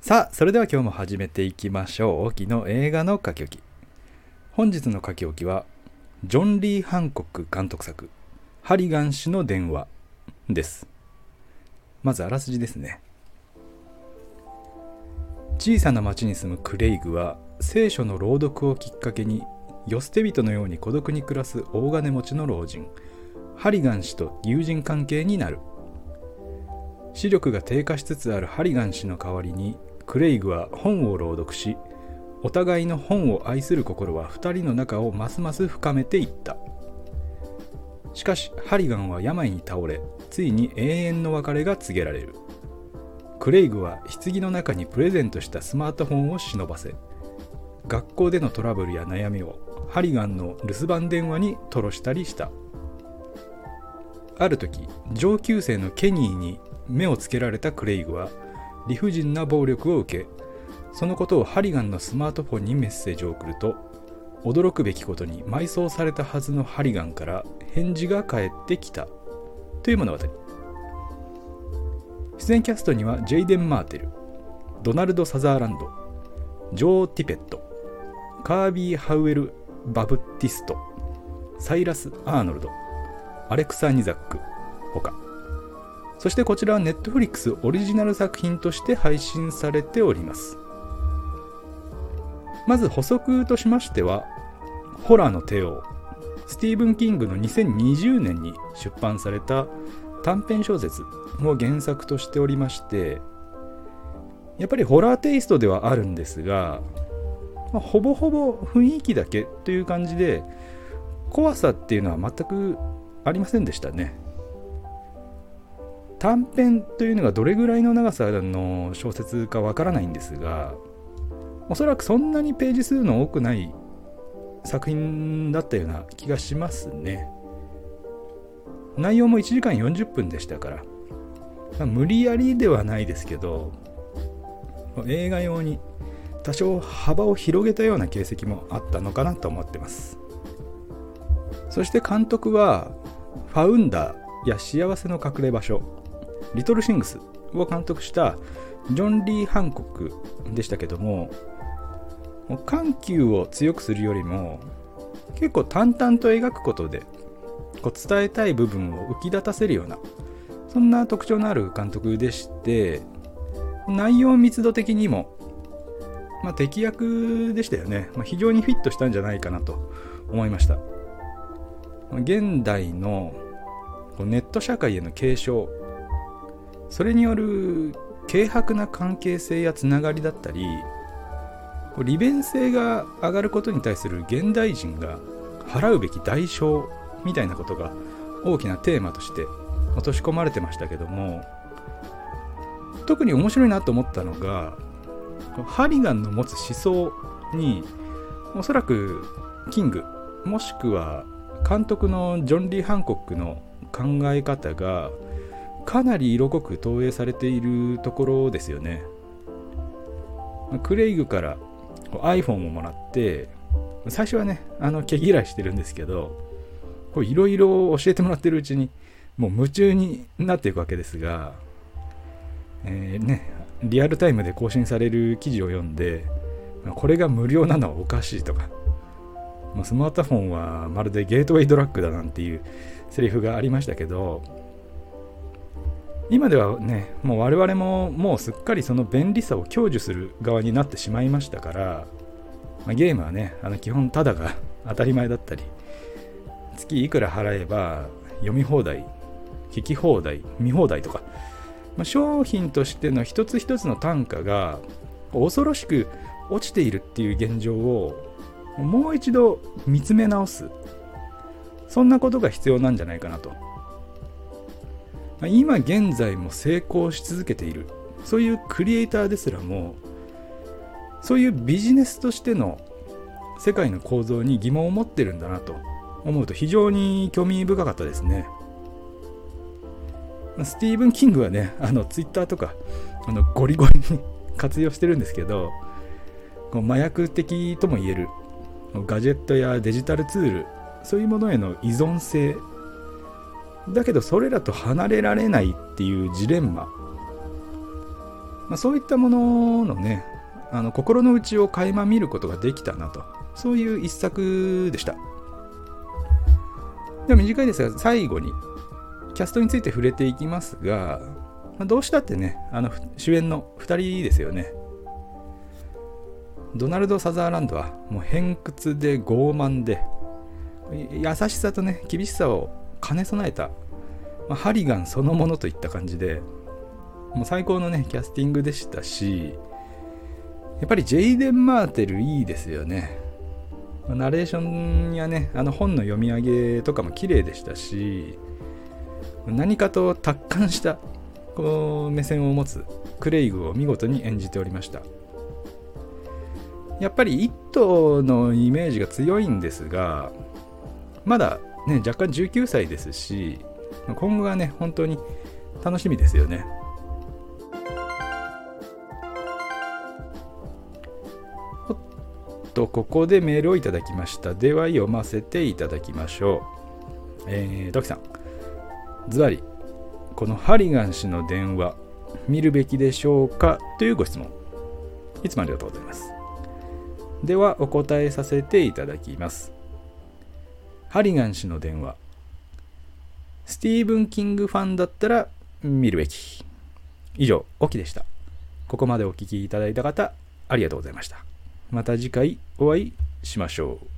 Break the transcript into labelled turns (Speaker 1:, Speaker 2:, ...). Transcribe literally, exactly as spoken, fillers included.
Speaker 1: さあ、それでは今日も始めていきましょう。沖の映画の書き置き。本日の書き置きは、ジョン・リー・ハンコック監督作、ハリガン氏の電話です。まずあらすじですね。小さな町に住むクレイグは、聖書の朗読をきっかけに、世捨て人のように孤独に暮らす大金持ちの老人、ハリガン氏と友人関係になる。視力が低下しつつあるハリガン氏の代わりに、クレイグは本を朗読し、お互いの本を愛する心は二人の仲をますます深めていった。しかしハリガンは病に倒れ、ついに永遠の別れが告げられる。クレイグは棺の中にプレゼントしたスマートフォンを忍ばせ、学校でのトラブルや悩みをハリガンの留守番電話に吐露したりした。ある時、上級生のケニーに目をつけられたクレイグは理不尽な暴力を受け、そのことをハリガンのスマートフォンにメッセージを送ると、驚くべきことに埋葬されたはずのハリガンから返事が返ってきたという物語。出演キャストにはジェイデン・マーテル、ドナルド・サザーランド、ジョー・ティペット、カービー・ハウエル・バプティスト、サイラス・アーノルド、アレクサ・ニザックほか。そしてこちらは Netflix オリジナル作品として配信されております。まず補足としましては、ホラーの帝王スティーブン・キングのにせんにじゅうねんに出版された短編小説を原作としておりまして、やっぱりホラーテイストではあるんですが、まあ、ほぼほぼ雰囲気だけという感じで、怖さっていうのは全くありませんでしたね。短編というのがどれぐらいの長さの小説かわからないんですが、おそらくそんなにページ数の多くない作品だったような気がしますね。内容もいちじかんよんじゅっぷんでしたから、まあ、無理やりではないですけど、映画用に多少幅を広げたような形跡もあったのかなと思ってます。そして監督はファウンダーや幸せの隠れ場所、リトルシングスを監督したジョン・リー・ハンコックでしたけども、緩急を強くするよりも結構淡々と描くことでこう伝えたい部分を浮き立たせるような、そんな特徴のある監督でして、内容密度的にも、まあ、適役でしたよね。まあ、非常にフィットしたんじゃないかなと思いました。現代のネット社会への警鐘、それによる軽薄な関係性やつながりだったり、利便性が上がることに対する現代人が払うべき代償みたいなことが大きなテーマとして落とし込まれてましたけども、特に面白いなと思ったのが、ハリガンの持つ思想におそらくキングもしくは監督のジョン・リー・ハンコックの考え方がかなり色濃く投影されているところですよね。クレイグから iPhone をもらって、最初はね、あの毛嫌いしてるんですけど、いろいろ教えてもらってるうちにもう夢中になっていくわけですが、えーね、リアルタイムで更新される記事を読んで、これが無料なのはおかしいとか、スマートフォンはまるでゲートウェイドラッグだなんていうセリフがありましたけど、今ではね、もう我々ももうすっかりその便利さを享受する側になってしまいましたから、まあ、ゲームはね、あの基本タダが当たり前だったり、月いくら払えば読み放題、聞き放題、見放題とか、まあ、商品としての一つ一つの単価が恐ろしく落ちているっていう現状をもう一度見つめ直す、そんなことが必要なんじゃないかなと。今現在も成功し続けている、そういうクリエイターですらも、そういうビジネスとしての世界の構造に疑問を持ってるんだなと思うと、非常に興味深かったですね。スティーブン・キングはね、あのツイッターとかあのゴリゴリに活用してるんですけど、こう麻薬的とも言えるガジェットやデジタルツール、そういうものへの依存性だけどそれらと離れられないっていうジレンマ、 まあ、そういったもののね、あの心の内を垣間見ることができたなと、そういう一作でした。では短いですが、最後にキャストについて触れていきますが、まあ、どうしたってね、あの主演のふたりですよね。ドナルド・サザーランドはもう偏屈で傲慢で、優しさとね厳しさを兼ね備えた、まあ、ハリガンそのものといった感じで、もう最高のねキャスティングでしたし、やっぱりジェイデン・マーテルいいですよね。ナレーションやね、あの本の読み上げとかも綺麗でしたし、何かと達観したこう目線を持つクレイグを見事に演じておりました。やっぱりイットのイメージが強いんですが、まだね若干じゅうきゅうさいですし、今後がね本当に楽しみですよね。おっと、ここでメールをいただきました。では読ませていただきましょう。えー、ドキさん、ズバリこのハリガン氏の電話見るべきでしょうかというご質問、いつもありがとうございます。ではお答えさせていただきます。ハリガン氏の電話、スティーブン・キングファンだったら見るべき。以上、オキでした。ここまでお聞きいただいた方ありがとうございました。また次回お会いしましょう。